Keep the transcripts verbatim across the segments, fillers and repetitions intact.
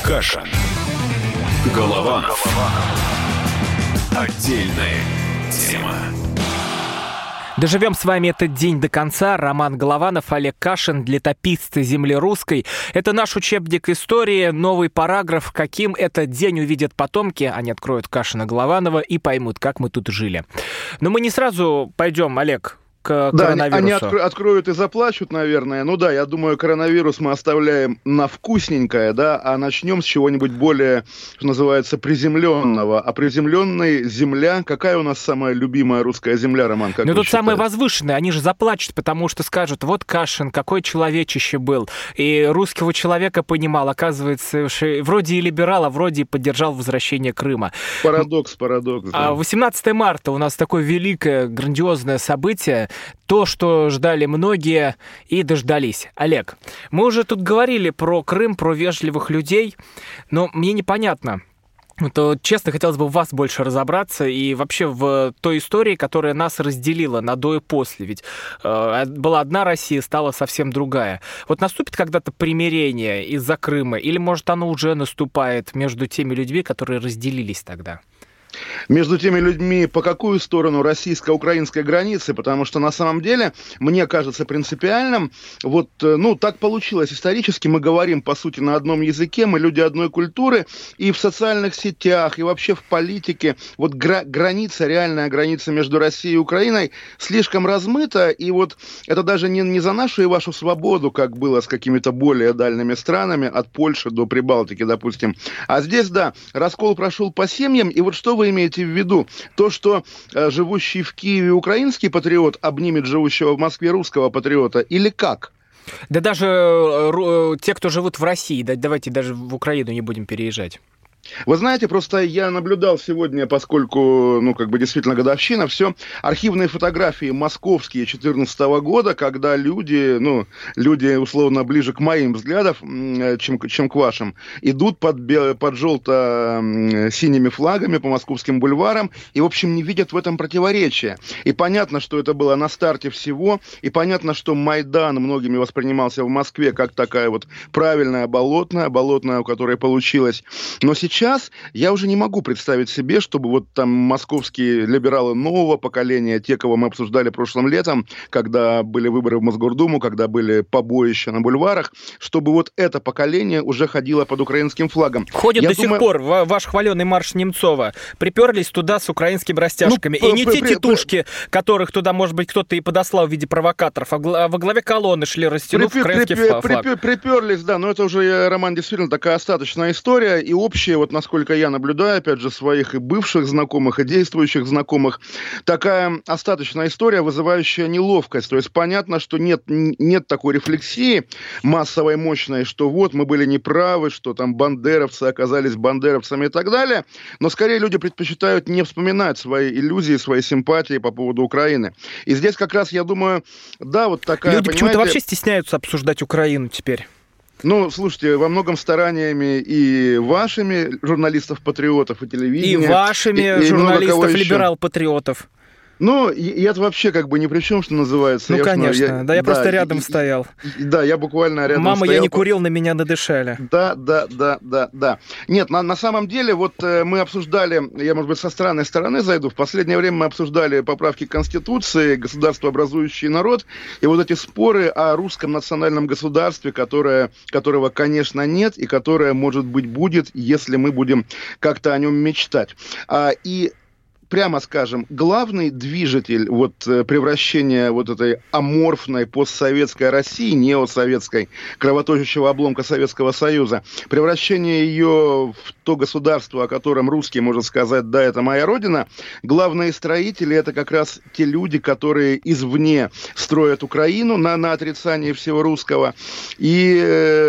Кашин. Голованов. Отдельная тема. Доживем с вами этот день до конца. Роман Голованов, Олег Кашин, летописцы земли русской. Это наш учебник истории, новый параграф, каким этот день увидят потомки. Они откроют Кашина Голованова и поймут, как мы тут жили. Но мы не сразу пойдем, Олег, к да, коронавирусу. Они откро- откроют и заплачут, наверное. Ну да, я думаю, коронавирус мы оставляем на вкусненькое, да, а начнем с чего-нибудь более, что называется, приземленного. А приземленная земля, какая у нас самая любимая русская земля, Роман, как Ну вы тут считаете? самые возвышенные, они же заплачут, потому что скажут, вот Кашин, какой человечище был. И русского человека понимал, оказывается, вроде и либерал, а вроде и поддержал возвращение Крыма. Парадокс, парадокс. Да. А восемнадцатое марта у нас такое великое, грандиозное событие. То, что ждали многие и дождались. Олег, мы уже тут говорили про Крым, про вежливых людей, но мне непонятно. То, честно, хотелось бы в вас больше разобраться и вообще в той истории, которая нас разделила на до и после. Ведь э, была одна Россия, стала совсем другая. Вот наступит когда-то примирение из-за Крыма, или, может, оно уже наступает между теми людьми, которые разделились тогда? Между теми людьми, по какую сторону российско-украинской границы, потому что на самом деле, мне кажется принципиальным, вот, ну, так получилось исторически, мы говорим, по сути, на одном языке, мы люди одной культуры, и в социальных сетях, и вообще в политике, вот гра- граница, реальная граница между Россией и Украиной слишком размыта, и вот это даже не, не за нашу и вашу свободу, как было с какими-то более дальними странами, от Польши до Прибалтики, допустим, а здесь, да, раскол прошел по семьям, и вот что вы имеете в виду? То, что э, живущий в Киеве украинский патриот обнимет живущего в Москве русского патриота, или как? Да даже э, те, кто живут в России, да, давайте даже в Украину не будем переезжать. Вы знаете, просто я наблюдал сегодня, поскольку, ну, как бы действительно годовщина, все, архивные фотографии московские четырнадцатого года, когда люди, ну, люди, условно, ближе к моим взглядам, чем, чем к вашим, идут под, под желто-синими флагами по московским бульварам и, в общем, не видят в этом противоречия. И понятно, что это было на старте всего, и понятно, что Майдан многими воспринимался в Москве как такая вот правильная болотная, болотная, у которой получилось. Но сейчас Сейчас я уже не могу представить себе, чтобы вот там московские либералы нового поколения, те, кого мы обсуждали прошлым летом, когда были выборы в Мосгордуму, когда были побоища на бульварах, чтобы вот это поколение уже ходило под украинским флагом. Ходит я до думаю... сих пор ваш хваленый марш Немцова. Приперлись туда с украинскими растяжками. Ну, и не при, те титушки, при... которых туда, может быть, кто-то и подослал в виде провокаторов, а во главе колонны шли, растянув при... украинский при... флаг. При... При... Приперлись, да, но это уже, Роман, действительно такая остаточная история, и общая, вот насколько я наблюдаю, опять же, своих и бывших знакомых, и действующих знакомых, такая остаточная история, вызывающая неловкость. То есть понятно, что нет, нет такой рефлексии массовой, мощной, что вот мы были неправы, что там бандеровцы оказались бандеровцами и так далее, но скорее люди предпочитают не вспоминать свои иллюзии, свои симпатии по поводу Украины. И здесь как раз, я думаю, да, вот такая, люди понимаете... почему-то вообще стесняются обсуждать Украину теперь. Ну, слушайте, во многом стараниями и вашими журналистов-патриотов, и телевидения. И вашими и, и журналистов-либерал-патриотов. Ну, я-то вообще как бы ни при чем, что называется. Ну, я конечно, я, да, я да, просто рядом и, стоял. И, да, я буквально рядом Мама, стоял. Мама, я не курил, на меня надышали. Да, да, да, да, да. Нет, на, на самом деле, вот э, мы обсуждали, я, может быть, со странной стороны зайду, в последнее время мы обсуждали поправки к Конституции, государствообразующий народ, и вот эти споры о русском национальном государстве, которое, которого, конечно, нет, и которое, может быть, будет, если мы будем как-то о нем мечтать. А, и прямо скажем, главный движитель вот, превращения вот этой аморфной постсоветской России, неосоветской, кровоточащего обломка Советского Союза, превращение ее в то государство, о котором русский может сказать, да, это моя родина, главные строители — это как раз те люди, которые извне строят Украину на, на отрицании всего русского и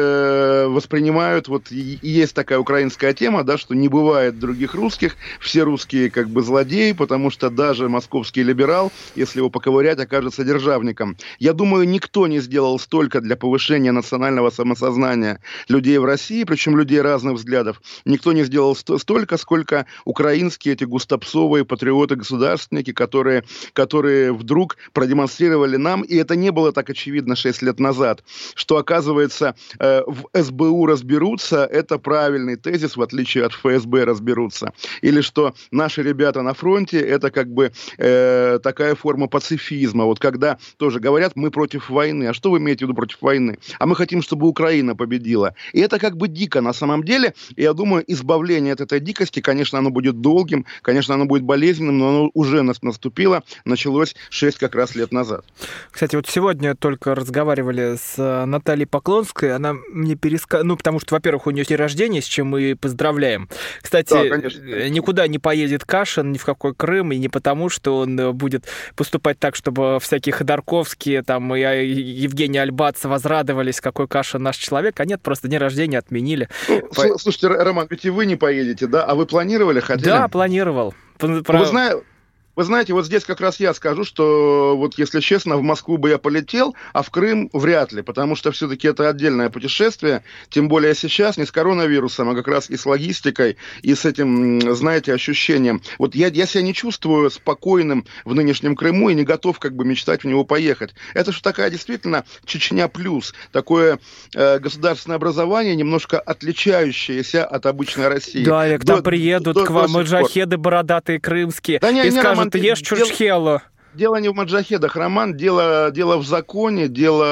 э, воспринимают, вот и есть такая украинская тема, да, что не бывает других русских, все русские как бы злодеи, злодей, потому что даже московский либерал, если его поковырять, окажется державником. Я думаю, никто не сделал столько для повышения национального самосознания людей в России, причем людей разных взглядов. Никто не сделал ст- столько, сколько украинские эти густопсовые патриоты-государственники, которые, которые вдруг продемонстрировали нам, и это не было так очевидно шесть лет назад, что, оказывается, э, в эс бэ у разберутся, это правильный тезис, в отличие от эф эс бэ разберутся. Или что наши ребята на фронте, это как бы э, такая форма пацифизма. Вот когда тоже говорят, мы против войны. А что вы имеете в виду против войны? А мы хотим, чтобы Украина победила. И это как бы дико на самом деле. И я думаю, избавление от этой дикости, конечно, оно будет долгим, конечно, оно будет болезненным, но оно уже наступило, началось шесть как раз лет назад. Кстати, вот сегодня только разговаривали с Натальей Поклонской, она мне пересказала, ну, потому что, во-первых, у нее день рождения, с чем мы поздравляем. Кстати, да, конечно, конечно. Никуда не поедет Кашин, ни в какой Крым, и не потому, что он будет поступать так, чтобы всякие Ходорковские там, и Евгений Альбац возрадовались, какой Кашин наш человек, а нет, просто день рождения отменили. Ну, По... Слушайте, Роман, ведь и вы не поедете, да? А вы планировали, хотели? Да, планировал. Про... Вы знаете... Вы знаете, вот здесь как раз я скажу, что, вот если честно, в Москву бы я полетел, а в Крым вряд ли, потому что все-таки это отдельное путешествие, тем более сейчас не с коронавирусом, а как раз и с логистикой, и с этим, знаете, ощущением. Вот я, я себя не чувствую спокойным в нынешнем Крыму и не готов как бы мечтать в него поехать. Это же такая действительно Чечня плюс, такое э, государственное образование, немножко отличающееся от обычной России. Да, Олег, там приедут до, к вам маджахеды бородатые крымские, да, не, и не, скажут, ты ешь чурчхелу. Дело не в маджахедах, Роман, дело, дело в законе,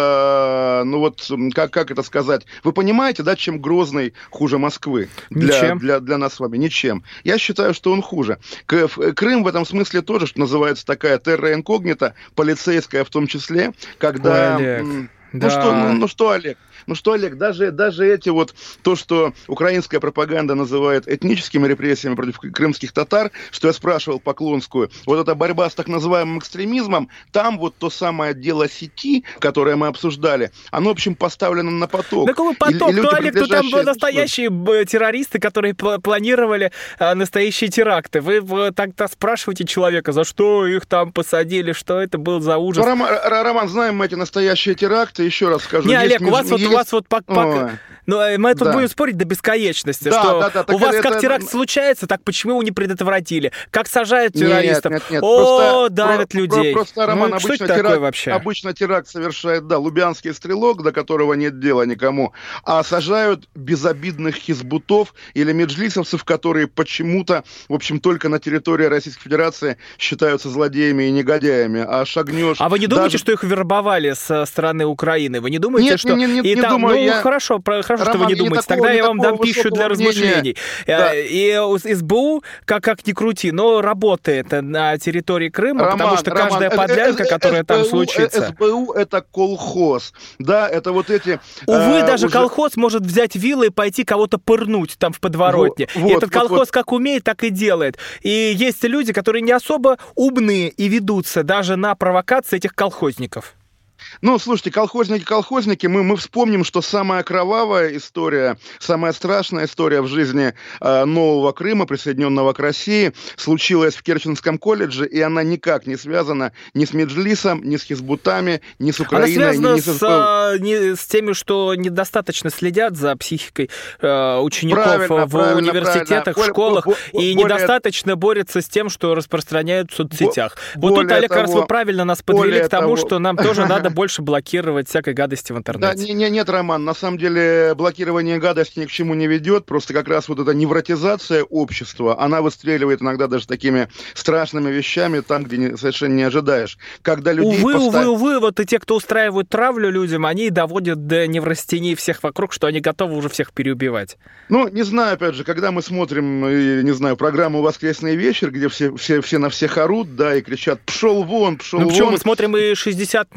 дело, ну вот, как, как это сказать, вы понимаете, да, чем Грозный хуже Москвы? Для, для, для нас с вами? Ничем. Я считаю, что он хуже. Крым в этом смысле тоже, что называется, такая терра инкогнита, полицейская в том числе, когда... Ой, Олег. Ну, да. что, ну, ну что, Олег? Ну что, Олег, даже, даже эти вот, то, что украинская пропаганда называет этническими репрессиями против крымских татар, что я спрашивал Поклонскую, вот эта борьба с так называемым экстремизмом, там вот то самое дело сети, которое мы обсуждали, оно, в общем, поставлено на поток. Да какой поток? И, и ну, Олег, ну там были настоящие террористы, которые планировали а, настоящие теракты. Вы, вы тогда спрашиваете человека, за что их там посадили, что это был за ужас? Ну, Роман, Роман, знаем мы эти настоящие теракты, еще раз скажу. Не, Олег, у вас вот у вас вот по, по, ну, мы тут да. будем спорить до бесконечности, да, что да, да, у вас это, как теракт это... случается, так почему его не предотвратили? Как сажают террористов? Нет, нет, нет. О, просто, давят про, людей. Про, просто, Роман, ну, обычно, что это теракт, такое вообще? Обычно теракт совершает, да, лубянский стрелок, до которого нет дела никому, а сажают безобидных хизбутов или меджлисовцев, которые почему-то, в общем, только на территории Российской Федерации считаются злодеями и негодяями, а шагнешь... А вы не думаете, даже... что их вербовали со стороны Украины? Вы не думаете, нет, что... Не, не, не, и не там, думаю, ну, я... хорошо, про, хорошо, Роман, что вы не думаете. Такого, Тогда я вам дам пищу для размышлений. Да. И эс бэ у, как, как ни крути, но работает на территории Крыма, Роман, потому что Роман, каждая подлянка, которая там случится... эс бэ у это колхоз. Да, это вот эти... Увы, э, даже уже... колхоз может взять вилы и пойти кого-то пырнуть там в подворотне. Вот, и этот вот, колхоз вот. как умеет, так и делает. И есть люди, которые не особо умные и ведутся даже на провокации этих колхозников. Ну, слушайте, колхозники, колхозники, мы, мы вспомним, что самая кровавая история, самая страшная история в жизни э, нового Крыма, присоединенного к России, случилась в Керченском колледже, и она никак не связана ни с Меджлисом, ни с хизбутами, ни с Украиной, она связана ни, ни с эс бэ у. С, не, с теми, что недостаточно следят за психикой э, учеников правильно, в правильно, университетах, правильно. в школах, бо- бо- и более... недостаточно борются с тем, что распространяют в соцсетях. Бо- вот тут, Олег, как раз вы правильно нас подвели к тому, того... что нам тоже надо больше блокировать всякой гадости в интернете. Да, не, не, нет, Роман, на самом деле блокирование гадости ни к чему не ведет, просто как раз вот эта невротизация общества, она выстреливает иногда даже такими страшными вещами там, где не, совершенно не ожидаешь. Когда людей увы, поставь... увы, увы, вот и те, кто устраивают травлю людям, они доводят до неврастении всех вокруг, что они готовы уже всех переубивать. Ну, не знаю, опять же, когда мы смотрим, не знаю, программу «Воскресный вечер», где все, все, все на всех орут, да, и кричат «пшел вон, пшел ну, вон». Ну, почему мы смотрим и шестьдесят минут,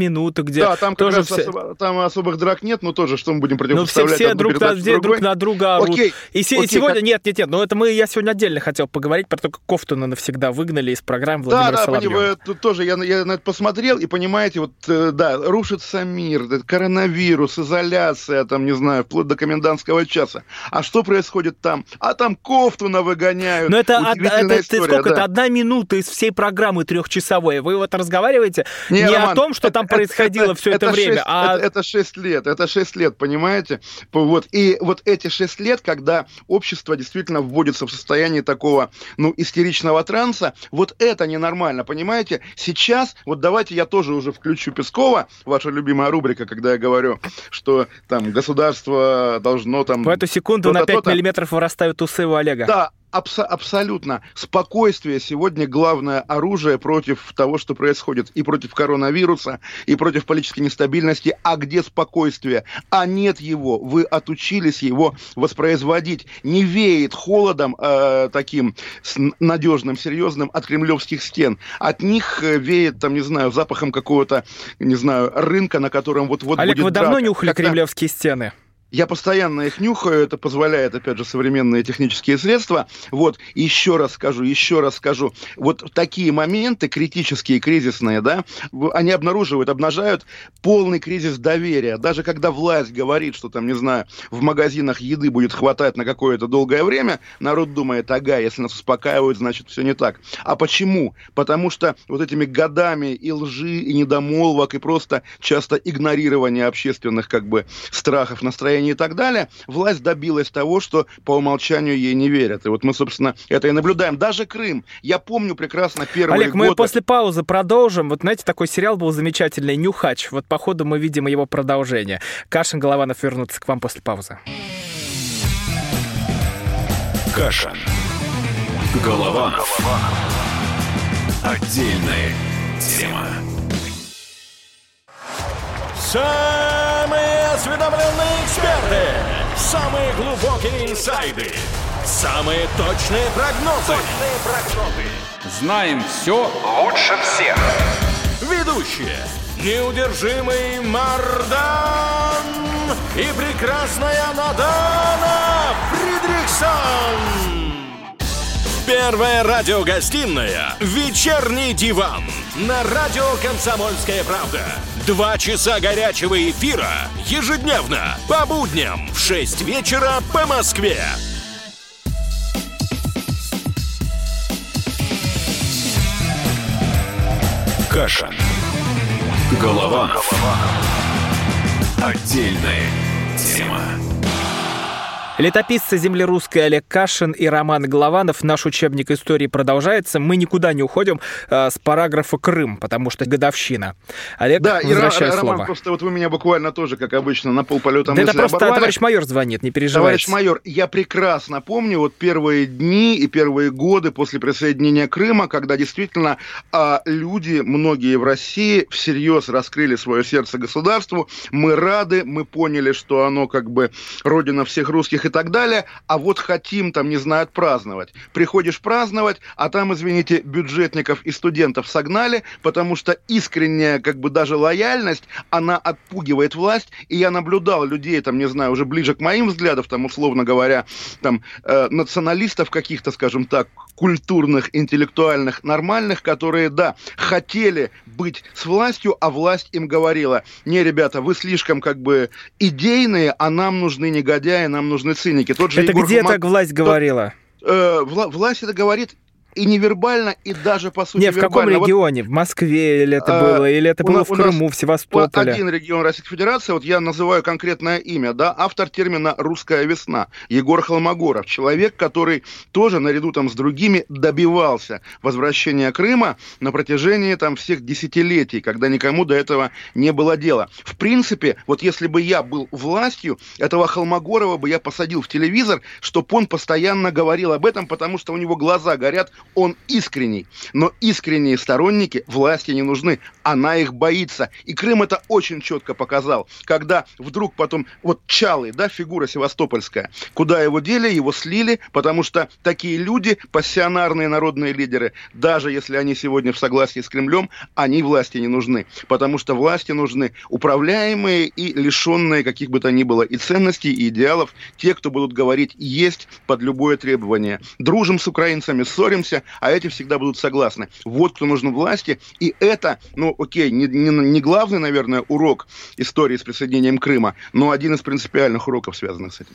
Бахмуту, где да, там тоже все... все... особо, там особых драк нет, но тоже что мы будем противопоставлять? Ну, все, все друг, на, друг на друга орут. Окей, и се, окей, сегодня, как... нет, нет, нет, но это мы, я сегодня отдельно хотел поговорить про то, как Ковтуна навсегда выгнали из программы Владимира да, Соловьева. Да, да, тут тоже я, я на это посмотрел, и понимаете, вот, да, рушится мир, коронавирус, изоляция, там, не знаю, вплоть до комендантского часа. А что происходит там? А там Ковтуна выгоняют. Но это, од... это история, сколько? да. Это одна минута из всей программы трехчасовой. Вы вот разговариваете не, не Роман, о том, что это, там происходило это, все это, это время, шесть, а... Это, это шесть лет, это шесть лет, понимаете? Вот. И вот эти шесть лет, когда общество действительно вводится в состояние такого, ну, истеричного транса, вот это ненормально, понимаете? Сейчас, вот давайте я тоже уже включу Пескова, ваша любимая рубрика, когда я говорю, что там государство должно там... В эту секунду на пять миллиметров вырастают усы у Олега. Да. Абс- абсолютно. Спокойствие сегодня главное оружие против того, что происходит. И против коронавируса, и против политической нестабильности. А где спокойствие? А нет его. Вы отучились его воспроизводить. Не веет холодом э, таким надежным, серьезным от кремлевских стен. От них веет, там, не знаю, запахом какого-то, не знаю, рынка, на котором вот-вот Олег, будет вы давно драка. нюхали Когда... кремлевские стены? Я постоянно их нюхаю, это позволяет, опять же, современные технические средства. Вот, еще раз скажу, еще раз скажу, вот такие моменты, критические, кризисные, да, они обнаруживают, обнажают полный кризис доверия. Даже когда власть говорит, что там, не знаю, в магазинах еды будет хватать на какое-то долгое время, народ думает, ага, если нас успокаивают, значит, все не так. А почему? Потому что вот этими годами и лжи, и недомолвок, и просто часто игнорирования общественных, как бы, страхов, настроений и так далее, власть добилась того, что по умолчанию ей не верят. И вот мы, собственно, это и наблюдаем. Даже Крым. Я помню прекрасно первые Олег, годы... мы после паузы продолжим. Вот, знаете, такой сериал был замечательный «Нюхач». Вот, походу, мы видим его продолжение. Кашин, Голованов вернутся к вам после паузы. Кашин. Голованов. Отдельная тема. Самые осведомленные эксперты, самые глубокие инсайды, самые точные прогнозы. Точные прогнозы. Знаем все лучше всех. Ведущие: неудержимый Мардан и прекрасная Надана Фридрихсон. Первая радиогостинная «Вечерний диван» на радио «Комсомольская правда». Два часа горячего эфира ежедневно по будням в шесть вечера по Москве. Кашин. Голованов. Отдельная тема. Летописцы земли русской Олег Кашин и Роман Голованов. Наш учебник истории продолжается. Мы никуда не уходим э, с параграфа «Крым», потому что годовщина. Олег, да, возвращаю и слово. Роман, просто вот вы меня буквально тоже, как обычно, на полполета да мысли это просто оборвали. Товарищ майор звонит, не переживайте. Товарищ майор, я прекрасно помню вот первые дни и первые годы после присоединения Крыма, когда действительно э, люди, многие в России, всерьез раскрыли свое сердце государству. Мы рады, мы поняли, что оно как бы родина всех русских и так далее, а вот хотим там, не знаю, отпраздновать. Приходишь праздновать, а там, извините, бюджетников и студентов согнали, потому что искренняя, как бы даже лояльность, она отпугивает власть, и я наблюдал людей, там, не знаю, уже ближе к моим взглядам, там, условно говоря, там, э, националистов каких-то, скажем так, культурных, интеллектуальных, нормальных, которые, да, хотели быть с властью, а власть им говорила: не, ребята, вы слишком, как бы, идейные, а нам нужны негодяи, нам нужны циники. Тот же это Егор где Хуман... так власть говорила? Тот, э, вла- власть это говорит и невербально, и даже, по сути, не, в каком вербально. регионе? Вот, в Москве или это было? Или это было нас, в Крыму, в Севастополе? Один регион Российской Федерации, вот я называю конкретное имя, да, автор термина «Русская весна», Егор Холмогоров. Человек, который тоже, наряду там с другими, добивался возвращения Крыма на протяжении там всех десятилетий, когда никому до этого не было дела. В принципе, вот если бы я был властью, этого Холмогорова бы я посадил в телевизор, чтобы он постоянно говорил об этом, потому что у него глаза горят, он искренний. Но искренние сторонники власти не нужны. Она их боится. И Крым это очень четко показал. Когда вдруг потом, вот Чалый, да, фигура севастопольская, куда его дели, его слили, потому что такие люди, пассионарные народные лидеры, даже если они сегодня в согласии с Кремлем, они власти не нужны. Потому что власти нужны управляемые и лишенные каких бы то ни было и ценностей, и идеалов, те, кто будут говорить «есть» под любое требование. Дружим с украинцами, ссоримся, а эти всегда будут согласны. Вот кто нужен власти, и это, ну окей, не, не, не главный, наверное, урок истории с присоединением Крыма, но один из принципиальных уроков, связанных с этим.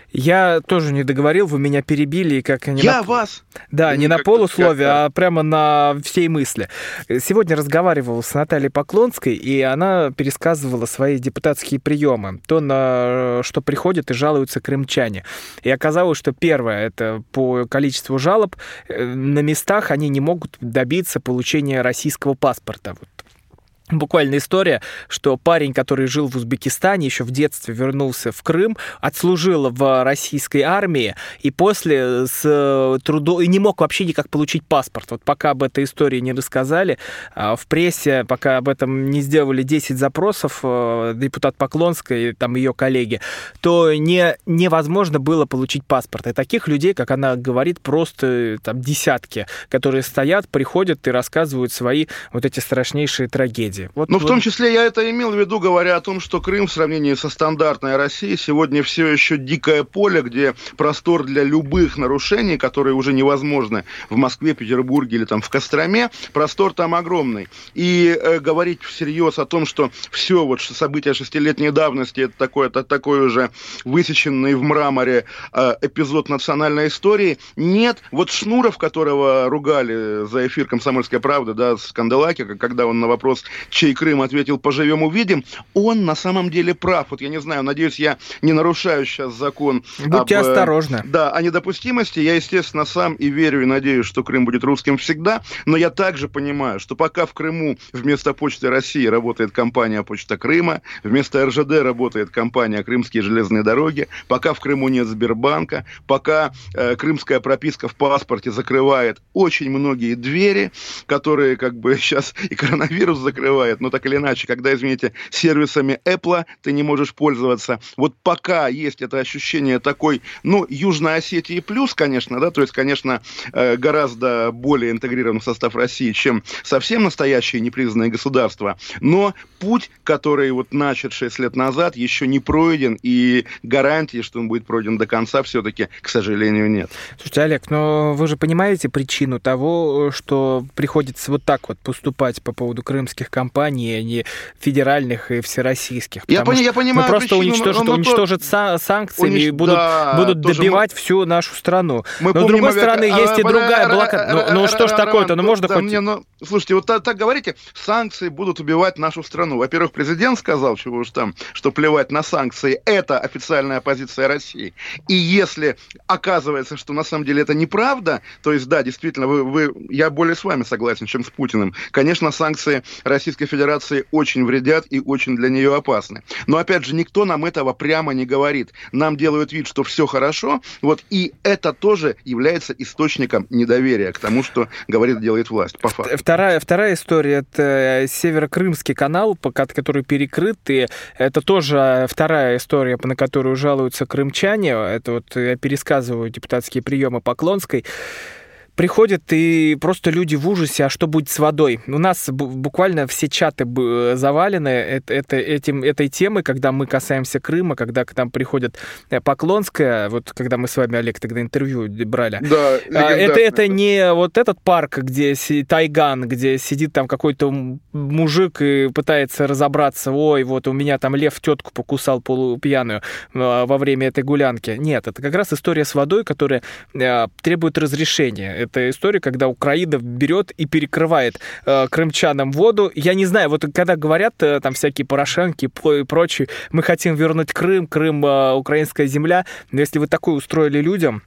Я тоже не договорил, вы меня перебили. Как не Я на... вас! Да, Я не на полусловие, как-то... а прямо на всей мысли. Сегодня разговаривал с Натальей Поклонской, и она пересказывала свои депутатские приемы. То, на что приходят и жалуются крымчане. И оказалось, что первое, это по количеству жалоб, на местах они не могут добиться получения российского паспорта. Вот. Буквально история, что парень, который жил в Узбекистане, еще в детстве вернулся в Крым, отслужил в российской армии и после с трудом и не мог вообще никак получить паспорт. Вот пока об этой истории не рассказали, в прессе, пока об этом не сделали десять запросов, депутат Поклонская и там ее коллеги, то не, невозможно было получить паспорт. И таких людей, как она говорит, просто там десятки, которые стоят, приходят и рассказывают свои вот эти страшнейшие трагедии. Вот, ну, вот. В том числе я это имел в виду, говоря о том, что Крым в сравнении со стандартной Россией сегодня все еще дикое поле, где простор для любых нарушений, которые уже невозможны в Москве, Петербурге или там в Костроме, простор там огромный. И э, говорить всерьез о том, что все вот события шестилетней давности, это такой, это такой уже высеченный в мраморе э, эпизод национальной истории, нет. Вот Шнуров, которого ругали за эфир «Комсомольская правда», да, с Канделаки, когда он на вопрос чей Крым ответил «поживем, увидим», он на самом деле прав. Вот я не знаю, надеюсь, я не нарушаю сейчас закон. Будьте об, осторожны. Да, о недопустимости. Я, естественно, сам и верю, и надеюсь, что Крым будет русским всегда, но я также понимаю, что пока в Крыму вместо Почты России работает компания «Почта Крыма», вместо эр жэ дэ работает компания «Крымские железные дороги», пока в Крыму нет Сбербанка, пока э, крымская прописка в паспорте закрывает очень многие двери, которые как бы сейчас и коронавирус закрывает, но так или иначе, когда, извините, сервисами Apple ты не можешь пользоваться. Вот пока есть это ощущение такой, ну, Южной Осетии плюс, конечно, да, то есть, конечно, гораздо более интегрирован в состав России, чем совсем настоящие непризнанные государства, но путь, который вот начат шесть лет назад, еще не пройден, и гарантии, что он будет пройден до конца, все-таки, к сожалению, нет. Слушайте, Олег, но вы же понимаете причину того, что приходится вот так вот поступать по поводу крымских компаний, а не федеральных и всероссийских. Я, пони, я понимаю мы просто причину, уничтожат, но, но, уничтожат то... санкциями унич... и будут, да, будут добивать мы... всю нашу страну. Мы но, с другой авиа... стороны, а, есть а, и другая а, блокада. А, ну, а, ну что ж а, такое-то? Ну, можно да, хоть... Мне, ну, слушайте, вот так, так говорите, санкции будут убивать нашу страну. Во-первых, президент сказал, чего уж там, что плевать на санкции. Это официальная позиция России. И если оказывается, что на самом деле это неправда, то есть, да, действительно, вы, вы, я более с вами согласен, чем с Путиным. Конечно, санкции Российской Федерации очень вредят и очень для нее опасны. Но, опять же, никто нам этого прямо не говорит. Нам делают вид, что все хорошо, вот, и это тоже является источником недоверия к тому, что говорит, делает власть, по факту. Вторая, вторая история, это Северокрымский канал, который перекрыт, и это тоже вторая история, на которую жалуются крымчане. Это вот я пересказываю депутатские приемы Поклонской. Приходят, и просто люди в ужасе, а что будет с водой? У нас буквально все чаты завалены это, это, этим, этой темой, когда мы касаемся Крыма, когда к нам приходит Поклонская, вот когда мы с вами, Олег, тогда интервью брали. Да, это, это не вот этот парк, где Тайган, где сидит там какой-то мужик и пытается разобраться, ой, вот у меня там лев тетку покусал полупьяную во время этой гулянки. Нет, это как раз история с водой, которая требует разрешения. Это история, когда Украина берет и перекрывает э, крымчанам воду. Я не знаю, вот когда говорят э, там всякие Порошенки и прочие, мы хотим вернуть Крым, Крым, э, украинская земля, но если вы такое устроили людям,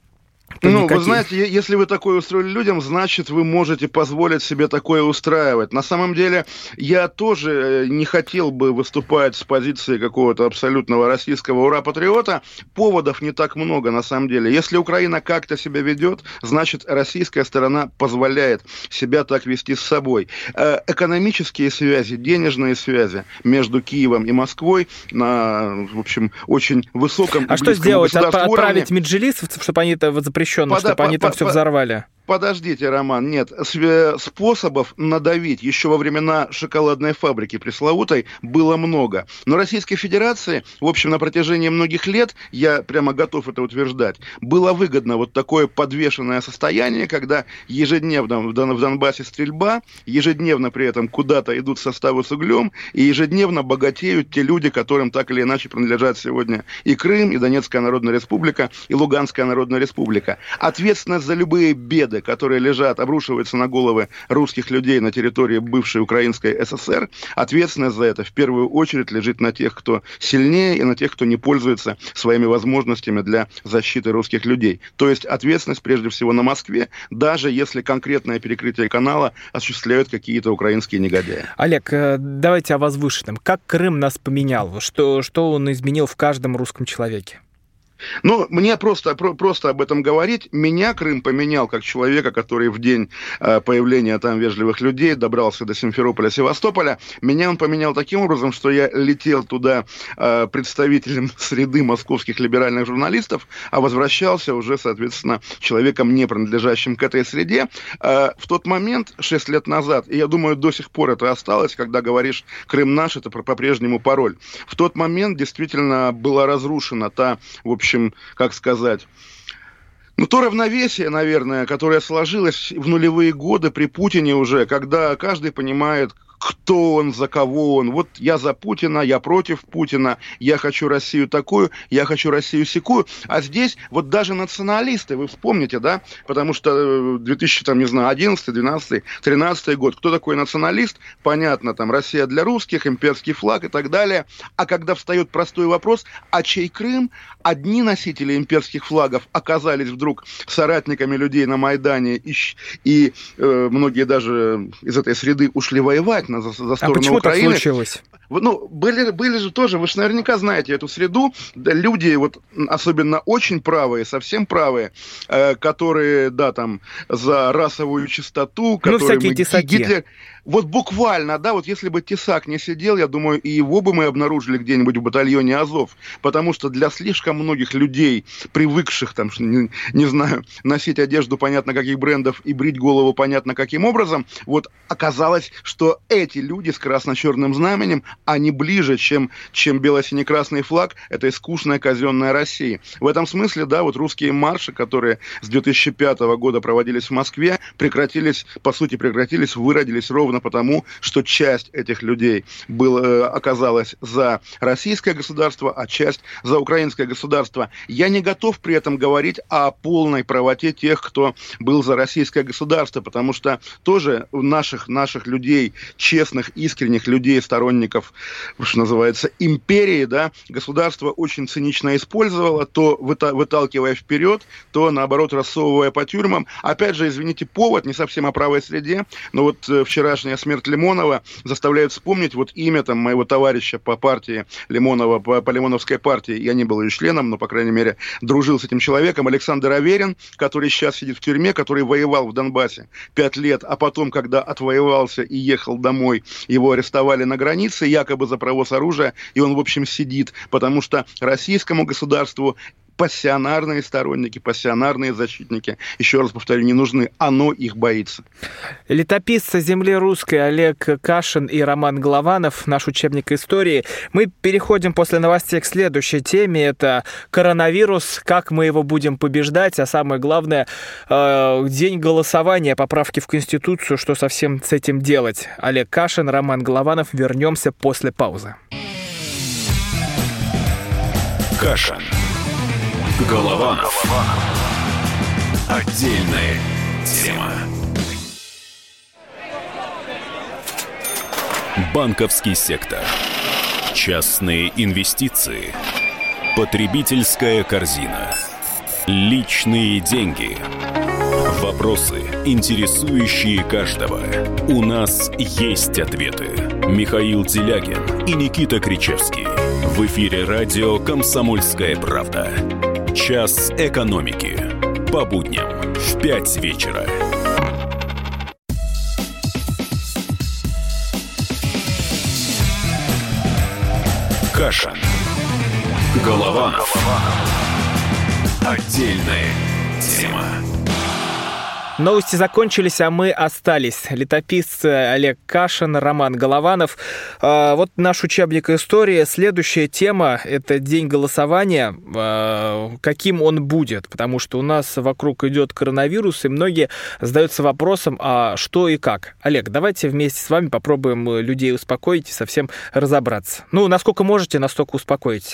Ну, никаких. Вы знаете, если вы такое устроили людям, значит, вы можете позволить себе такое устраивать. На самом деле, я тоже не хотел бы выступать с позиции какого-то абсолютного российского ура-патриота. Поводов не так много, на самом деле. Если Украина как-то себя ведет, значит, российская сторона позволяет себя так вести с собой. Экономические связи, денежные связи между Киевом и Москвой на, в общем, очень высоком а и близком что сделать? государству уровне. Отправить меджилистов, чтобы они это запрещено, Пода- чтобы они там по- все по- взорвали? Подождите, Роман, нет, способов надавить еще во времена шоколадной фабрики пресловутой было много. Но Российской Федерации, в общем, на протяжении многих лет, я прямо готов это утверждать, было выгодно вот такое подвешенное состояние, когда ежедневно в Дон- в Донбассе стрельба, ежедневно при этом куда-то идут составы с углем, и ежедневно богатеют те люди, которым так или иначе принадлежат сегодня и Крым, и Донецкая Народная Республика, и Луганская Народная Республика. Ответственность за любые беды, которые лежат, обрушиваются на головы русских людей на территории бывшей Украинской ССР, ответственность за это в первую очередь лежит на тех, кто сильнее, и на тех, кто не пользуется своими возможностями для защиты русских людей. То есть ответственность прежде всего на Москве, даже если конкретное перекрытие канала осуществляют какие-то украинские негодяи. Олег, давайте о возвышенном. Как Крым нас поменял? Что, что он изменил в каждом русском человеке? Ну, мне просто, про, просто об этом говорить. Меня Крым поменял как человека, который в день э, появления там вежливых людей добрался до Симферополя, Севастополя. Меня он поменял таким образом, что я летел туда э, представителем среды московских либеральных журналистов, а возвращался уже, соответственно, человеком, не принадлежащим к этой среде. Э, в тот момент, шесть лет назад, и я думаю, до сих пор это осталось, когда говоришь «Крым наш», это по-прежнему пароль. В тот момент действительно была разрушена та, в общем, В общем, как сказать, ну, то равновесие, наверное, которое сложилось в нулевые годы при Путине уже, когда каждый понимает, кто он, за кого он. Вот я за Путина, я против Путина, я хочу Россию такую, я хочу Россию сякую. А здесь вот даже националисты, вы вспомните, да, потому что две тысячи, там, не знаю, одиннадцатый, двенадцатый, тринадцатый год, кто такой националист? Понятно, там, Россия для русских, имперский флаг и так далее. А когда встает простой вопрос, а чей Крым? Одни носители имперских флагов оказались вдруг соратниками людей на Майдане, и, и э, многие даже из этой среды ушли воевать за, за сторону а почему Украины. Так случилось? Ну, были, были же тоже, вы же наверняка знаете эту среду, да, люди, вот, особенно очень правые, совсем правые, э, которые, да, там, за расовую чистоту, которые... Ну, всякие тесаки. Гитлер... Вот буквально, да, вот если бы Тесак не сидел, я думаю, и его бы мы обнаружили где-нибудь в батальоне Азов, потому что для слишком многих людей, привыкших, там, не, не знаю, носить одежду понятно каких брендов и брить голову понятно каким образом, вот оказалось, что эти люди с красно-черным знаменем, они ближе, чем, чем бело-сине-красный флаг этой скучной казенной России. В этом смысле, да, вот русские марши, которые с две тысячи пятого года проводились в Москве, прекратились, по сути, прекратились, выродились ровно потому, что часть этих людей был, э, оказалась за российское государство, а часть за украинское государство. Я не готов при этом говорить о полной правоте тех, кто был за российское государство, потому что тоже наших, наших людей, честных, искренних людей, сторонников, что называется, империи, да, государство очень цинично использовало, то выта- выталкивая вперед, то, наоборот, рассовывая по тюрьмам. Опять же, извините, повод не совсем о правой среде, но вот э, вчерашняя смерть Лимонова заставляет вспомнить вот имя там моего товарища по партии Лимонова, по, по Лимоновской партии. Я не был ее членом, но, по крайней мере, дружил с этим человеком. Александр Аверин, который сейчас сидит в тюрьме, который воевал в Донбассе пять лет, а потом, когда отвоевался и ехал домой, его арестовали на границе, якобы за провоз оружия, и он, в общем, сидит, потому что российскому государству пассионарные сторонники, пассионарные защитники, еще раз повторю, не нужны, оно их боится. Летописцы земли русской Олег Кашин и Роман Голованов, наш учебник истории. Мы переходим после новостей к следующей теме. Это коронавирус, как мы его будем побеждать, а самое главное, день голосования, поправки в Конституцию, что совсем с этим делать. Олег Кашин, Роман Голованов. Вернемся после паузы. Кашин. Голованов. Отдельная тема. Банковский сектор. Частные инвестиции. Потребительская корзина. Личные деньги. Вопросы, интересующие каждого. У нас есть ответы. Михаил Делягин и Никита Кричевский. В эфире радио «Комсомольская правда». Час экономики. По будням в пять вечера. Кашин. Голованов. Отдельная тема. Новости закончились, а мы остались. Летописцы Олег Кашин, Роман Голованов. Вот наш учебник истории. Следующая тема – это день голосования. Каким он будет? Потому что у нас вокруг идет коронавирус, и многие задаются вопросом, а что и как. Олег, давайте вместе с вами попробуем людей успокоить и совсем разобраться. Ну, насколько можете, настолько успокоить.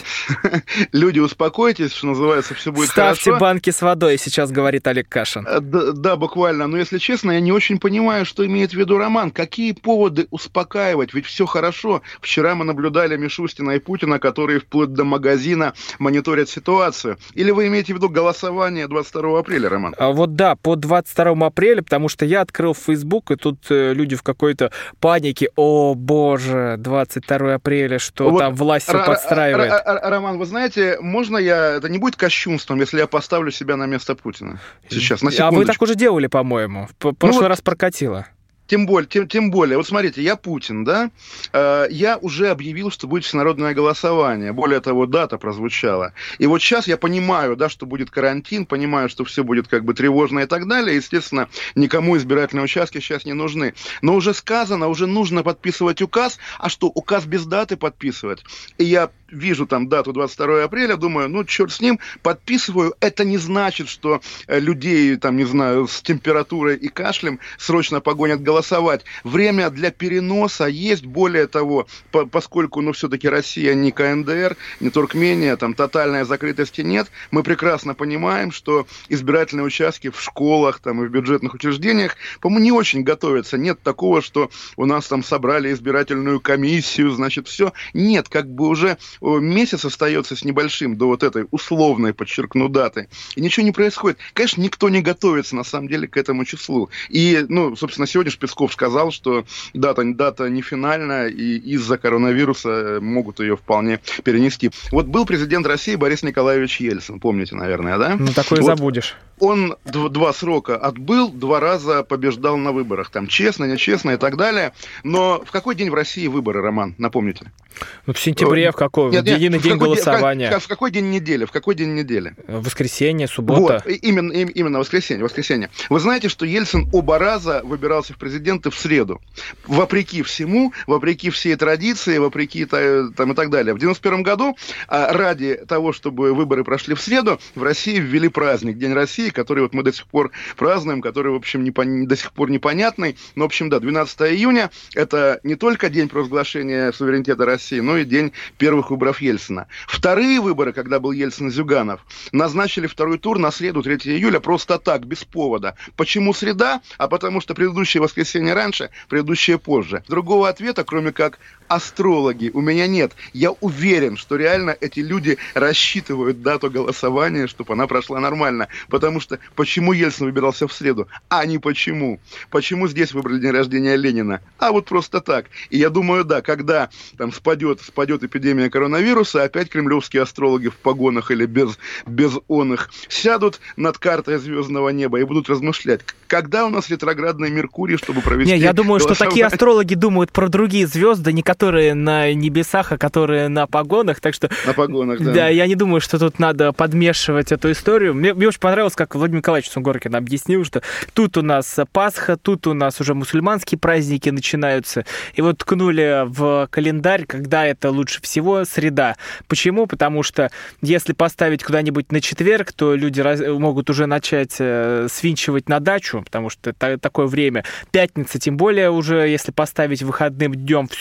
Люди, успокойтесь, что называется, все будет хорошо. Ставьте банки с водой, сейчас говорит Олег Кашин. Да, да, буквально. Но, если честно, я не очень понимаю, что имеет в виду Роман. Какие поводы успокаивать? Ведь все хорошо. Вчера мы наблюдали Мишустина и Путина, которые вплоть до магазина мониторят ситуацию. Или вы имеете в виду голосование двадцать второго апреля, Роман? А вот да, по двадцать второму апреля, потому что я открыл Facebook, и тут люди в какой-то панике. О, боже, двадцать второго апреля, что вот там власть все подстраивает. Роман, вы знаете, можно я... Это не будет кощунством, если я поставлю себя на место Путина сейчас, на секундочку. А вы так уже делали, по-моему. В прошлый ну вот, раз прокатило. Тем более, тем, тем более, вот смотрите, я Путин, да, э, я уже объявил, что будет всенародное голосование, более того, дата прозвучала. И вот сейчас я понимаю, да, что будет карантин, понимаю, что все будет как бы тревожно и так далее, естественно, никому избирательные участки сейчас не нужны. Но уже сказано, уже нужно подписывать указ, а что, указ без даты подписывать? И я вижу там дату двадцать второго апреля, думаю, ну, черт с ним, подписываю, это не значит, что людей, там, не знаю, с температурой и кашлем срочно погонят голосовать. голосовать. Время для переноса есть. Более того, по- поскольку, ну, все-таки Россия не ка эн дэ эр, не Туркмения, там тотальной закрытости нет, мы прекрасно понимаем, что избирательные участки в школах там, и в бюджетных учреждениях, по-моему, не очень готовятся. Нет такого, что у нас там собрали избирательную комиссию, значит, все. Нет, как бы уже месяц остается с небольшим до вот этой условной, подчеркну, даты. И ничего не происходит. Конечно, никто не готовится, на самом деле, к этому числу. И, ну, собственно, сегодня Песков сказал, что дата, дата не финальная, и из-за коронавируса могут ее вполне перенести. Вот был президент России Борис Николаевич Ельцин, помните, наверное, да? Ну, такое вот забудешь. Он д- два срока отбыл, два раза побеждал на выборах. Там честно, нечестно и так далее. Но в какой день в России выборы, Роман, напомните? Ну, в сентябре, в какой? Нет, в единый нет, день в какой, голосования. В, в, в какой день недели? В какой день недели? Воскресенье, суббота. Вот, именно, именно воскресенье, воскресенье. Вы знаете, что Ельцин оба раза выбирался в президенты в среду. Вопреки всему, вопреки всей традиции, вопреки там, и так далее. В девяносто первом году ради того, чтобы выборы прошли в среду, в России ввели праздник, День России, который вот мы до сих пор празднуем, который, в общем, не, до сих пор непонятный. Но, в общем, да, двенадцатого июня это не только день провозглашения суверенитета России, но и день первых выборов Ельцина. Вторые выборы, когда был Ельцин-Зюганов, назначили второй тур на среду, третьего июля, просто так, без повода. Почему среда? А потому что предыдущее воскресенье раньше, предыдущее позже. Другого ответа, кроме как астрологи, у меня нет. Я уверен, что реально эти люди рассчитывают дату голосования, чтобы она прошла нормально. Потому что почему Ельцин выбирался в среду? А не почему. Почему здесь выбрали день рождения Ленина? А вот просто так. И я думаю, да, когда там спадет, спадет эпидемия коронавируса, опять кремлевские астрологи в погонах или без, без он их сядут над картой звездного неба и будут размышлять, когда у нас ретроградный Меркурий, чтобы провести Не, я думаю, голосование. Что такие астрологи думают про другие звезды, не которые на небесах, а которые на погонах, так что... На погонах, да. Да, я не думаю, что тут надо подмешивать эту историю. Мне, мне очень понравилось, как Владимир Николаевич Сунгоркин объяснил, что тут у нас Пасха, тут у нас уже мусульманские праздники начинаются, и вот ткнули в календарь, когда это лучше всего, среда. Почему? Потому что если поставить куда-нибудь на четверг, то люди раз... могут уже начать э, свинчивать на дачу, потому что это такое время. Пятница, тем более, уже если поставить выходным днем, все, три выходных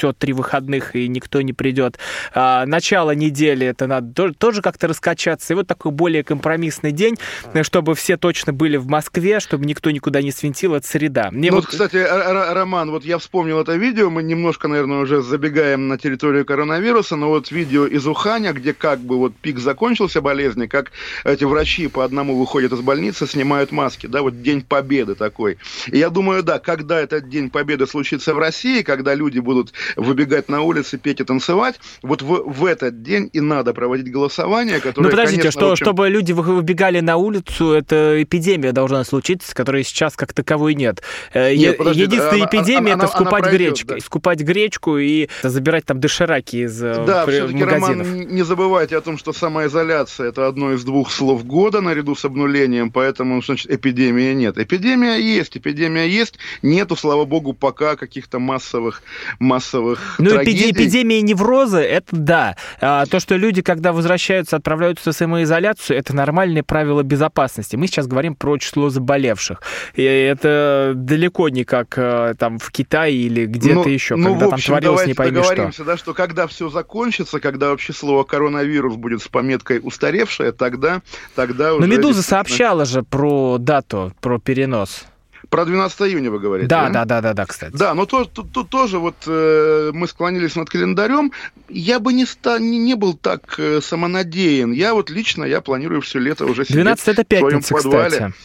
выходных, и никто не придет. А, начало недели, это надо тоже, тоже как-то раскачаться. И вот такой более компромиссный день, чтобы все точно были в Москве, чтобы никто никуда не свинтил, это среда. Мне ну, вот... кстати, Роман, вот я вспомнил это видео, мы немножко, наверное, уже забегаем на территорию коронавируса, но вот видео из Уханя, где как бы вот пик закончился болезни, как эти врачи по одному выходят из больницы, снимают маски, да, вот День Победы такой. И я думаю, да, когда этот День Победы случится в России, когда люди будут выбегать на улицы, петь и танцевать, вот в, в этот день и надо проводить голосование, которое, ну, подождите, конечно, что, общем... чтобы люди выбегали на улицу, это эпидемия должна случиться, которой сейчас как таковой нет. нет е- подожди, единственная она, эпидемия она, это она, скупать, она пройдет, гречку, да. скупать гречку и забирать там дошираки из да, все-таки, магазинов. Роман, не забывайте о том, что самоизоляция – это одно из двух слов года наряду с обнулением, поэтому, значит, эпидемии нет. Эпидемия есть, эпидемия есть, нету, слава богу, пока каких-то массовых, массовых ну, трагедий. Эпидемия невроза – это да. А то, что люди, когда возвращаются, отправляются в самоизоляцию, это нормальные правила безопасности. Мы сейчас говорим про число заболевших. И это далеко не как там в Китае или где-то ну, еще, ну, когда в общем, там творилось не пойми что. Да, что когда все закончится, когда вообще слово коронавирус будет с пометкой устаревшее, тогда, тогда уже... Но «Медуза» сообщала же про дату, про перенос. Про двенадцатое июня вы говорите, да? Да, да, да, да, да, кстати. Да, но то, то, то, тоже вот э, мы склонились над календарем. Я бы не, ста, не, не был так э, самонадеян. Я вот лично, я планирую все лето уже сидеть двенадцатое это пятница, в своем подвале. Кстати.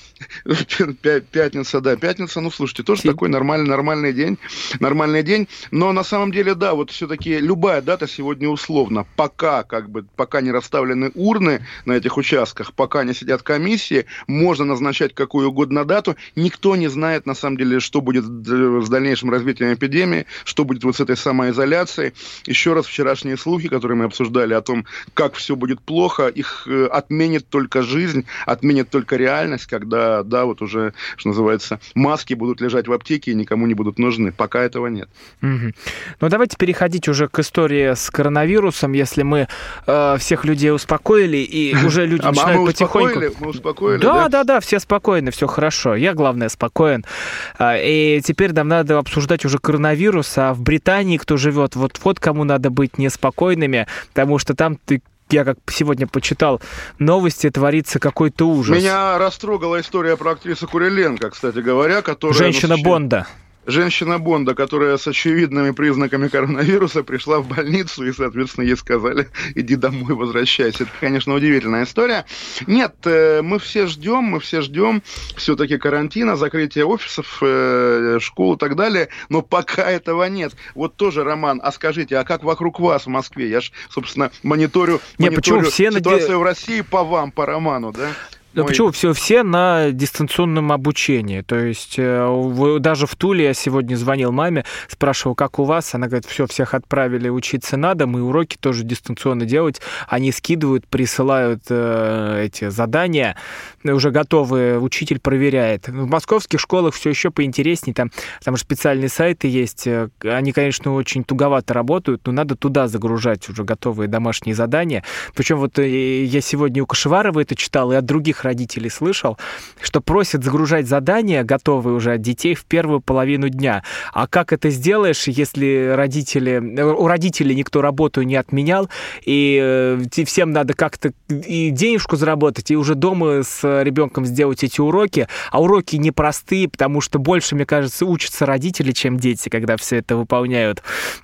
Пятница, да, пятница, ну, слушайте, тоже Фи... такой нормальный, нормальный день, нормальный день, но на самом деле, да, вот все-таки любая дата сегодня условно, пока, как бы, пока не расставлены урны на этих участках, пока не сидят комиссии, можно назначать какую угодно дату, никто не знает, на самом деле, что будет с дальнейшим развитием эпидемии, что будет вот с этой самоизоляцией. Еще раз, вчерашние слухи, которые мы обсуждали о том, как все будет плохо, их отменит только жизнь, отменит только реальность, когда да, вот уже, что называется, маски будут лежать в аптеке и никому не будут нужны. Пока этого нет. Угу. Ну, давайте переходить уже к истории с коронавирусом. Если мы э, всех людей успокоили, и уже люди а начинают мы потихоньку... Успокоили? Мы успокоили, да, да? да, да, все спокойны, все хорошо. Я, главное, спокоен. И теперь нам надо обсуждать уже коронавирус, а в Британии кто живет, вот, вот кому надо быть неспокойными, потому что там ты я как сегодня почитал новости, творится какой-то ужас. Меня растрогала история про актрису Куриленко, кстати говоря, которая... Женщина ну, Бонда. Женщина Бонда, которая с очевидными признаками коронавируса пришла в больницу и, соответственно, ей сказали, иди домой, возвращайся. Это, конечно, удивительная история. Нет, мы все ждем, мы все ждем все-таки карантина, закрытия офисов, школ и так далее, но пока этого нет. Вот тоже, Роман, а скажите, а как вокруг вас в Москве? Я ж, собственно, мониторю, не, мониторю все ситуацию наде... в России по вам, по Роману, да? Да Мой... почему? Все, все на дистанционном обучении. То есть э, даже в Туле я сегодня звонил маме, спрашивал, как у вас. Она говорит, все, всех отправили учиться на дом, и уроки тоже дистанционно делать. Они скидывают, присылают э, эти задания, уже готовые, учитель проверяет. В московских школах все еще поинтереснее. Там, там же специальные сайты есть. Они, конечно, очень туговато работают, но надо туда загружать уже готовые домашние задания. Причем вот я сегодня у Кашеварова это читал, и от других родителей слышал, что просят загружать задания, готовые уже от детей, в первую половину дня. А как это сделаешь, если родители, у родителей никто работу не отменял, и всем надо как-то и денежку заработать, и уже дома с ребенком сделать эти уроки, а уроки непростые, потому что больше, мне кажется, учатся родители, чем дети, когда все это выполняют,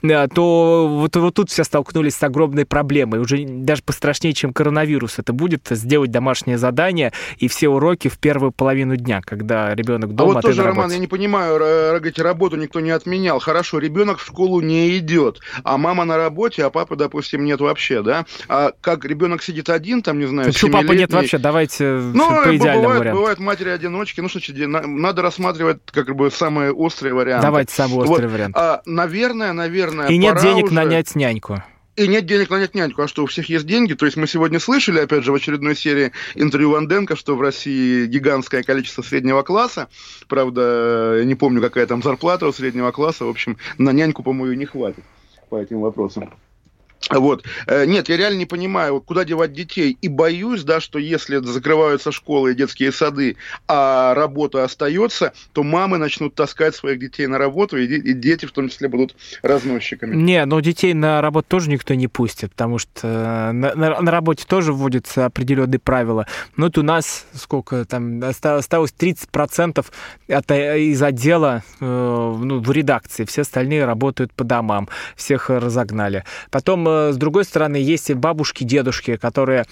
то вот, вот тут все столкнулись с огромной проблемой. Уже даже пострашнее, чем коронавирус это будет, сделать домашнее задание и все уроки в первую половину дня, когда ребенок дома, а вот а ты тоже, на работе. Роман, я не понимаю, говорите, работу никто не отменял. Хорошо, ребенок в школу не идет, а мама на работе, а папы, допустим, нет вообще, да? А как ребенок сидит один, там, не знаю, почему папы нет вообще? Давайте ну, по идеальному бывает, варианту. Бывают матери-одиночки, ну, что, надо рассматривать как бы самые острые варианты. Давайте самый острый вот, вариант. А, наверное, наверное, и нет денег уже... нанять няньку. И нет денег нанять няньку. А что, у всех есть деньги? То есть мы сегодня слышали, опять же, в очередной серии интервью Ванденко, что в России гигантское количество среднего класса. Правда, не помню, какая там зарплата у среднего класса. В общем, на няньку, по-моему, не хватит по этим вопросам. Вот. Нет, я реально не понимаю, куда девать детей. И боюсь, да, что если закрываются школы и детские сады, а работа остается, то мамы начнут таскать своих детей на работу, и дети в том числе будут разносчиками. Не, но детей на работу тоже никто не пустит, потому что на, на, на работе тоже вводятся определенные правила. Но вот у нас сколько там осталось тридцать процентов от, из отдела э, ну, в редакции. Все остальные работают по домам. Всех разогнали. Потом с другой стороны, есть и бабушки, дедушки, которые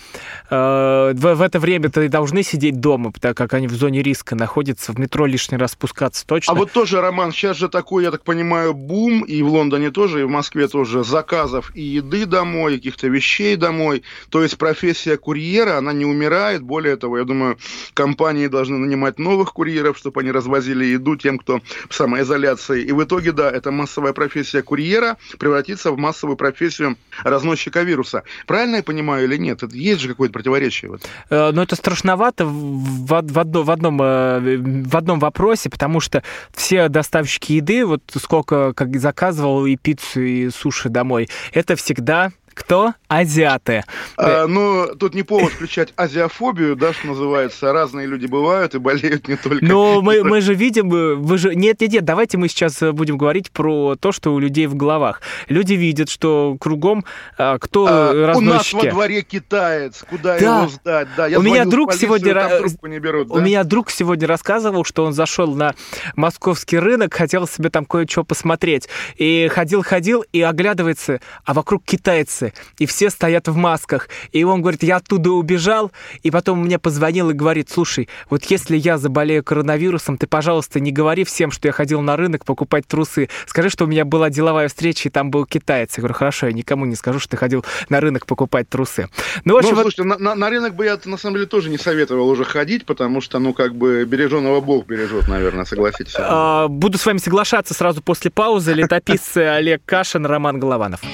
э, в, в это время-то и должны сидеть дома, так как они в зоне риска находятся, в метро лишний раз спускаться точно. А вот тоже, Роман, сейчас же такой, я так понимаю, бум, и в Лондоне тоже, и в Москве тоже, заказов и еды домой, и каких-то вещей домой. То есть профессия курьера, она не умирает. Более того, я думаю, компании должны нанимать новых курьеров, чтобы они развозили еду тем, кто в самоизоляции. И в итоге, да, эта массовая профессия курьера превратится в массовую профессию разносчика вируса. Правильно я понимаю или нет? Это есть же какое-то противоречие в этом? Но это страшновато в, в, одно, в, одном, в одном вопросе, потому что все доставщики еды, вот сколько как заказывал и пиццу, и суши домой, это всегда... Кто? Азиаты. А, ну, тут не повод включать азиофобию, да, что называется. Разные люди бывают и болеют не только... Но мы, мы же видим... Вы же... Нет, нет, нет, давайте мы сейчас будем говорить про то, что у людей в головах. Люди видят, что кругом кто а, разносчики. У нас во дворе китаец, куда да. его сдать? Да, я у меня друг полицию, сегодня... не берут, да? У меня друг сегодня рассказывал, что он зашел на московский рынок, хотел себе там кое-что посмотреть. И ходил-ходил, и оглядывается, а вокруг китайцы. И все стоят в масках. И он говорит, я оттуда убежал, и потом мне позвонил и говорит, слушай, вот если я заболею коронавирусом, ты, пожалуйста, не говори всем, что я ходил на рынок покупать трусы. Скажи, что у меня была деловая встреча, и там был китаец. Я говорю, хорошо, я никому не скажу, что ты ходил на рынок покупать трусы. Ну, в общем, ну слушайте, вот... на, на рынок бы я, на самом деле, тоже не советовал уже ходить, потому что, ну, как бы, береженого Бог бережет, наверное, согласитесь. А, буду с вами соглашаться сразу после паузы. Летописцы Олег Кашин, Роман Голованов.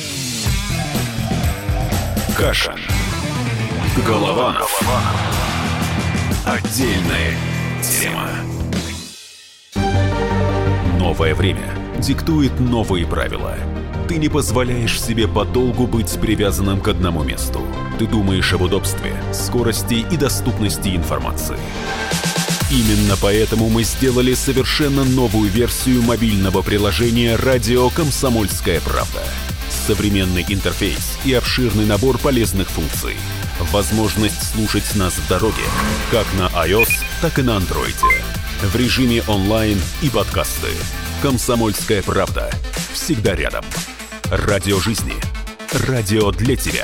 Кашин. Голованов. Отдельная тема. Новое время диктует новые правила. Ты не позволяешь себе подолгу быть привязанным к одному месту. Ты думаешь об удобстве, скорости и доступности информации. Именно поэтому мы сделали совершенно новую версию мобильного приложения «Радио Комсомольская правда». Современный интерфейс и обширный набор полезных функций. Возможность слушать нас в дороге, как на iOS, так и на Android. В режиме онлайн и подкасты. «Комсомольская правда». Всегда рядом. Радио жизни. Радио для тебя.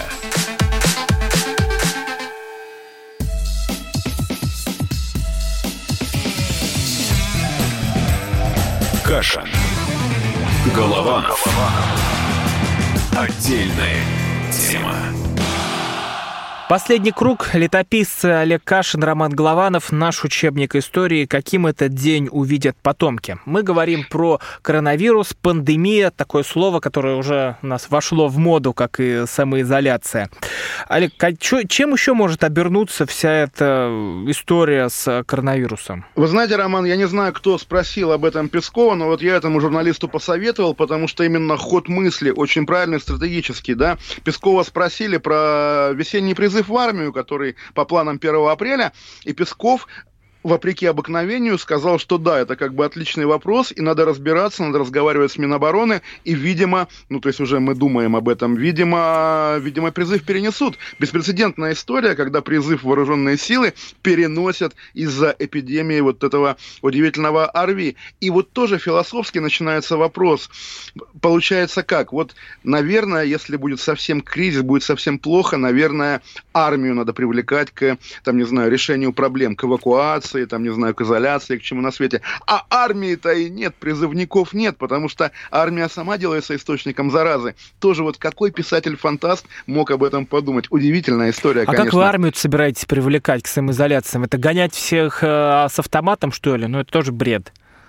Кашин. Голованов. Отдельная тема. Последний круг. Летописцы Олег Кашин, Роман Голованов. Наш учебник истории «Каким этот день увидят потомки». Мы говорим про коронавирус, пандемия, такое слово, которое уже у нас вошло в моду, как и самоизоляция. Олег, чем еще может обернуться вся эта история с коронавирусом? Вы знаете, Роман, я не знаю, кто спросил об этом Пескова, но вот я этому журналисту посоветовал, потому что именно ход мысли очень правильный, стратегический, да. Пескова спросили про весенний призыв в армию, который по планам первого апреля, и Песков, вопреки обыкновению, сказал, что да, это как бы отличный вопрос, и надо разбираться, надо разговаривать с Минобороны, и, видимо, ну, то есть уже мы думаем об этом, видимо, видимо, призыв перенесут. Беспрецедентная история, когда призыв в вооруженные силы переносят из-за эпидемии вот этого удивительного ОРВИ. И вот тоже философски начинается вопрос. Получается как? Вот, наверное, если будет совсем кризис, будет совсем плохо, наверное, армию надо привлекать к, там, не знаю, решению проблем, к эвакуации, там, не знаю, к изоляции, к чему на свете. А армии-то и нет, призывников нет, потому что армия сама делается источником заразы. Тоже вот какой писатель-фантаст мог об этом подумать? Удивительная история, а конечно. А как вы армию собираетесь привлекать к самоизоляциям? Это гонять всех э, с автоматом, что ли? Ну, это тоже бред.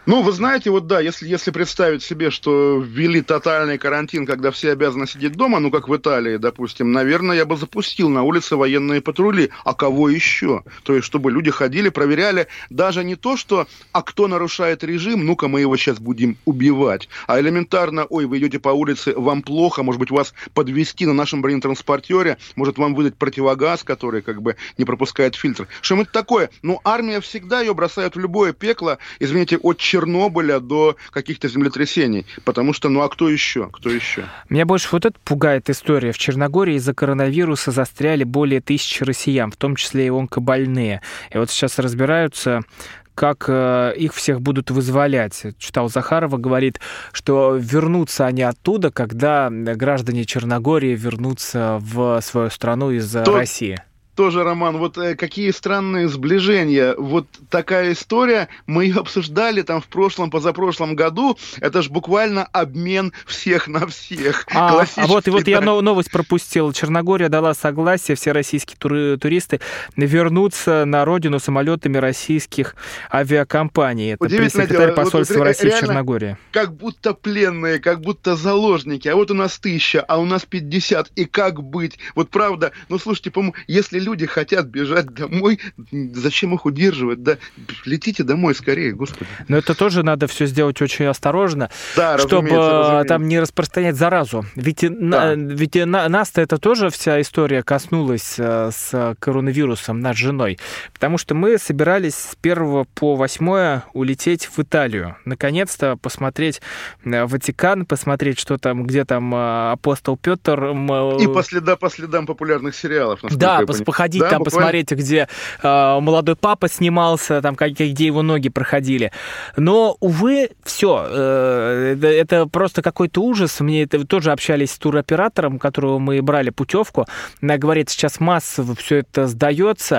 Ну, вы знаете, вот да, если, если представить себе, что ввели тотальный карантин, когда все обязаны сидеть дома, ну, как в Италии, допустим, наверное, я бы запустил на улице военные патрули. А кого еще? То есть, чтобы люди ходили, проверяли даже не то, что, а кто нарушает режим, ну-ка, мы его сейчас будем убивать, а элементарно, ой, вы идете по улице, вам плохо, может быть, вас подвезти на нашем бронетранспортере, может, вам выдать противогаз, который, как бы, не пропускает фильтр. Что-нибудь такое. Ну, армия всегда ее бросает в любое пекло, извините, от Чернобыля до каких-то землетрясений. Потому что, ну а кто еще? Кто еще? Меня больше вот это пугает история. В Черногории из-за коронавируса застряли более тысячи россиян, в том числе и онкобольные. И вот сейчас разбираются, как их всех будут вызволять. Читал Захарова, говорит, что вернутся они оттуда, когда граждане Черногории вернутся в свою страну из То... России. Тоже, Роман, вот э, какие странные сближения. Вот такая история, мы ее обсуждали там в прошлом, позапрошлом году. Это ж буквально обмен всех на всех. А, а вот, и вот да. я новость пропустил. Черногория дала согласие, все российские тури- туристы вернуться на родину самолетами российских авиакомпаний. Это пресс-секретарь посольства вот, России в Черногории. Как будто пленные, как будто заложники. А вот у нас тысяча, а у нас пятьдесят. И как быть? Вот правда, ну слушайте, по-моему, если люди хотят бежать домой, зачем их удерживать? Да летите домой скорее, господи. Но это тоже надо все сделать очень осторожно, да, чтобы разумеется. там не распространять заразу. Ведь, да. на, ведь на, нас-то это тоже вся история коснулась с коронавирусом, нас с женой. Потому что мы собирались с первого по восьмое улететь в Италию. Наконец-то посмотреть Ватикан, посмотреть, что там, где там апостол Петр. И по следам, по следам популярных сериалов. Да, по ходить, да, там буквально... посмотреть, где э, молодой папа снимался, там, как, где его ноги проходили. Но, увы, все. Э, это, это просто какой-то ужас. Мне это тоже общались с туроператором, которого мы брали путевку. Она говорит, сейчас массово все это сдается.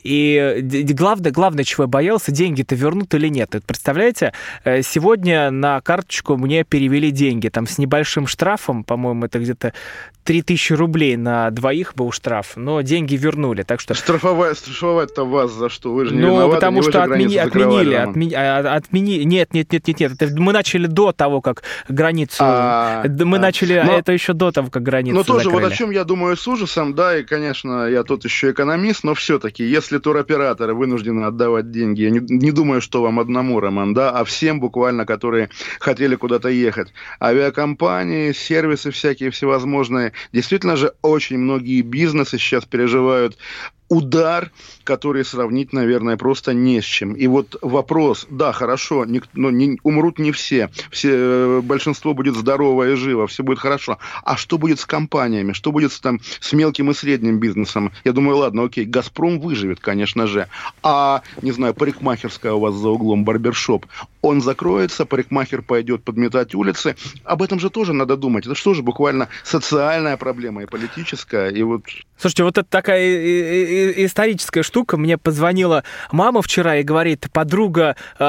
И главное, главное, чего я боялся, деньги-то вернут или нет. Это, представляете, сегодня на карточку мне перевели деньги. Там с небольшим штрафом, по-моему, это где-то три тысячи рублей на двоих был штраф, но деньги вернули, так что... Штрафовать, штрафовать-то вас за что? Вы же не ну, виноваты, потому не что отмени, отменили, отмени, отмени, нет, нет, нет, нет, нет, это мы начали до того, как границу... А, мы а, начали, но, это еще до того, как границу Но тоже закрыли. Вот о чем я думаю с ужасом, да, и, конечно, я тут еще экономист, но все-таки, если туроператоры вынуждены отдавать деньги, я не, не думаю, что вам одному, Роман, да, а всем буквально, которые хотели куда-то ехать. Авиакомпании, сервисы всякие всевозможные. Действительно же, очень многие бизнесы сейчас переживают удар, который сравнить, наверное, просто не с чем. И вот вопрос, да, хорошо, не, но не, умрут не все, все, большинство будет здорово и живо, все будет хорошо. А что будет с компаниями? Что будет с, там, с мелким и средним бизнесом? Я думаю, ладно, окей, «Газпром» выживет, конечно же. А, не знаю, парикмахерская у вас за углом, барбершоп, он закроется, парикмахер пойдет подметать улицы. Об этом же тоже надо думать. Это что же буквально социальная проблема и политическая, и вот... Слушайте, вот это такая историческая штука. Мне позвонила мама вчера и говорит, подруга, э,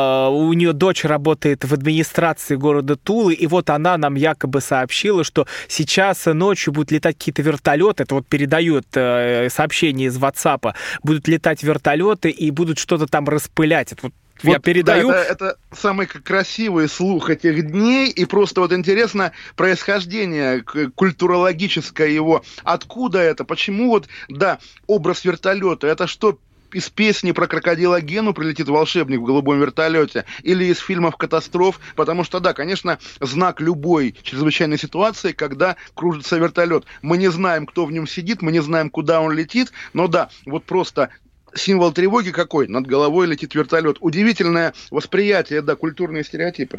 у нее дочь работает в администрации города Тулы, и вот она нам якобы сообщила, что сейчас ночью будут летать какие-то вертолеты, это вот передают э, сообщения из WhatsApp, будут летать вертолеты и будут что-то там распылять. Это вот Вот, я передаю. Да, это, это самый красивый слух этих дней, и просто вот интересно происхождение культурологическое его. Откуда это? Почему вот, да, образ вертолета? Это что, из песни про крокодила Гену прилетит волшебник в голубом вертолете? Или из фильмов катастроф? Потому что, да, конечно, знак любой чрезвычайной ситуации, когда кружится вертолет. Мы не знаем, кто в нем сидит, мы не знаем, куда он летит, но да, вот просто... Символ тревоги какой? Над головой летит вертолет. Удивительное восприятие, да, культурные стереотипы.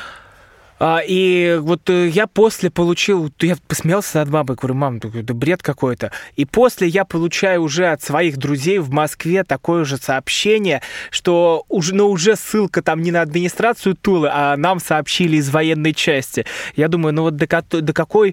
А, и вот я после получил, я посмеялся над мамой, говорю, мам, это бред какой-то. И после я получаю уже от своих друзей в Москве такое же сообщение, что уже, но уже ссылка там не на администрацию Тулы, а нам сообщили из военной части. Я думаю, ну вот до, до какой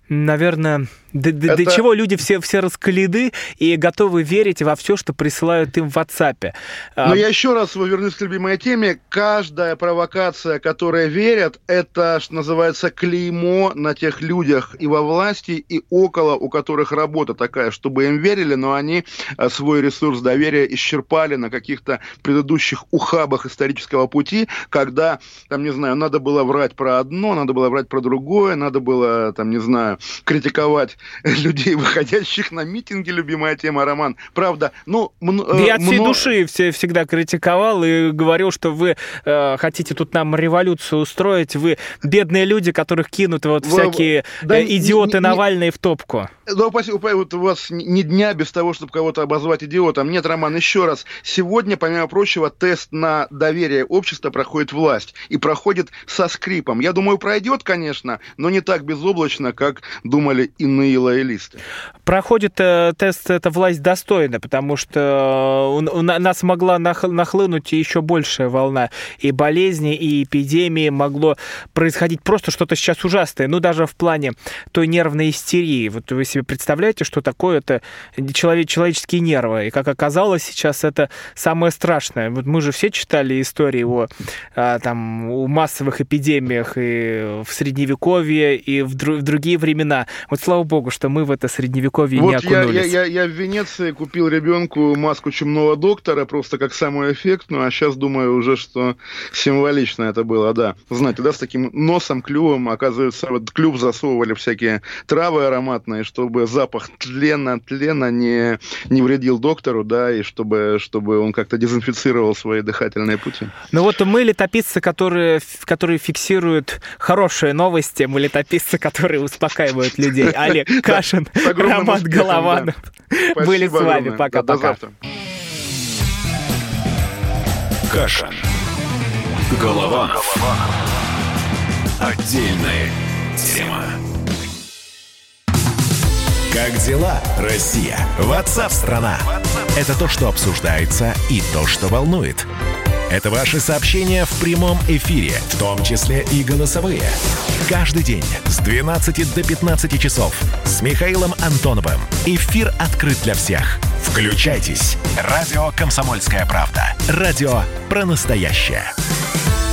наверное, до, до, Это... до чего люди все, все раскалены и готовы верить во все, что присылают им в WhatsApp. Но а... я еще раз вернусь к любимой теме. Каждая провокация, которой верят, это, что называется, клеймо на тех людях и во власти, и около, у которых работа такая, чтобы им верили, но они свой ресурс доверия исчерпали на каких-то предыдущих ухабах исторического пути, когда, там, не знаю, надо было врать про одно, надо было врать про другое, надо было, там, не знаю, критиковать людей, выходящих на митинги, любимая тема, Роман. Правда, ну... Да я от всей много... души все, всегда критиковал и говорил, что вы э, хотите тут нам революцию устроить, вы бедные люди, которых кинут вот вы, всякие да, э, идиоты не, Навальные не, в топку. Да, вот у вас ни дня без того, чтобы кого-то обозвать идиотом. Нет, Роман, еще раз. Сегодня, помимо прочего, тест на доверие общества проходит власть. И проходит со скрипом. Я думаю, пройдет, конечно, но не так безоблачно, как думали иные лоялисты. Проходит э, тест эта власть достойно, потому что у, у нас могла нах, нахлынуть еще большая волна и болезней, и эпидемии. Могло происходить просто что-то сейчас ужасное. Ну, даже в плане той нервной истерии. Вот вы себе представляете, что такое это человек, человеческие нервы. И, как оказалось, сейчас это самое страшное. Вот мы же все читали истории о, о, там, о массовых эпидемиях и в Средневековье, и в, дру, в другие времена. Вот слава богу, что мы в это Средневековье вот не окунулись. Я, я, я, я в Венеции купил ребенку маску чумного доктора, просто как самую эффектную, а сейчас думаю уже, что символично это было, да. Знаете, да, с таким носом, клювом, оказывается, вот клюв засовывали всякие травы ароматные, чтобы запах тлена, тлена не, не вредил доктору, да, и чтобы, чтобы он как-то дезинфицировал свои дыхательные пути. Ну вот мы летописцы, которые, которые фиксируют хорошие новости, мы летописцы, которые успокаивают людей. Олег Кашин, Роман Голованов были с вами. Пока-пока. Кашин. Голованов. Отдельная тема. Как дела, Россия? WhatsApp-страна. Это то, что обсуждается, и то, что волнует. Это ваши сообщения в прямом эфире, в том числе и голосовые. Каждый день с двенадцати до пятнадцати часов с Михаилом Антоновым. Эфир открыт для всех. Включайтесь. Радио «Комсомольская правда». Радио про настоящее.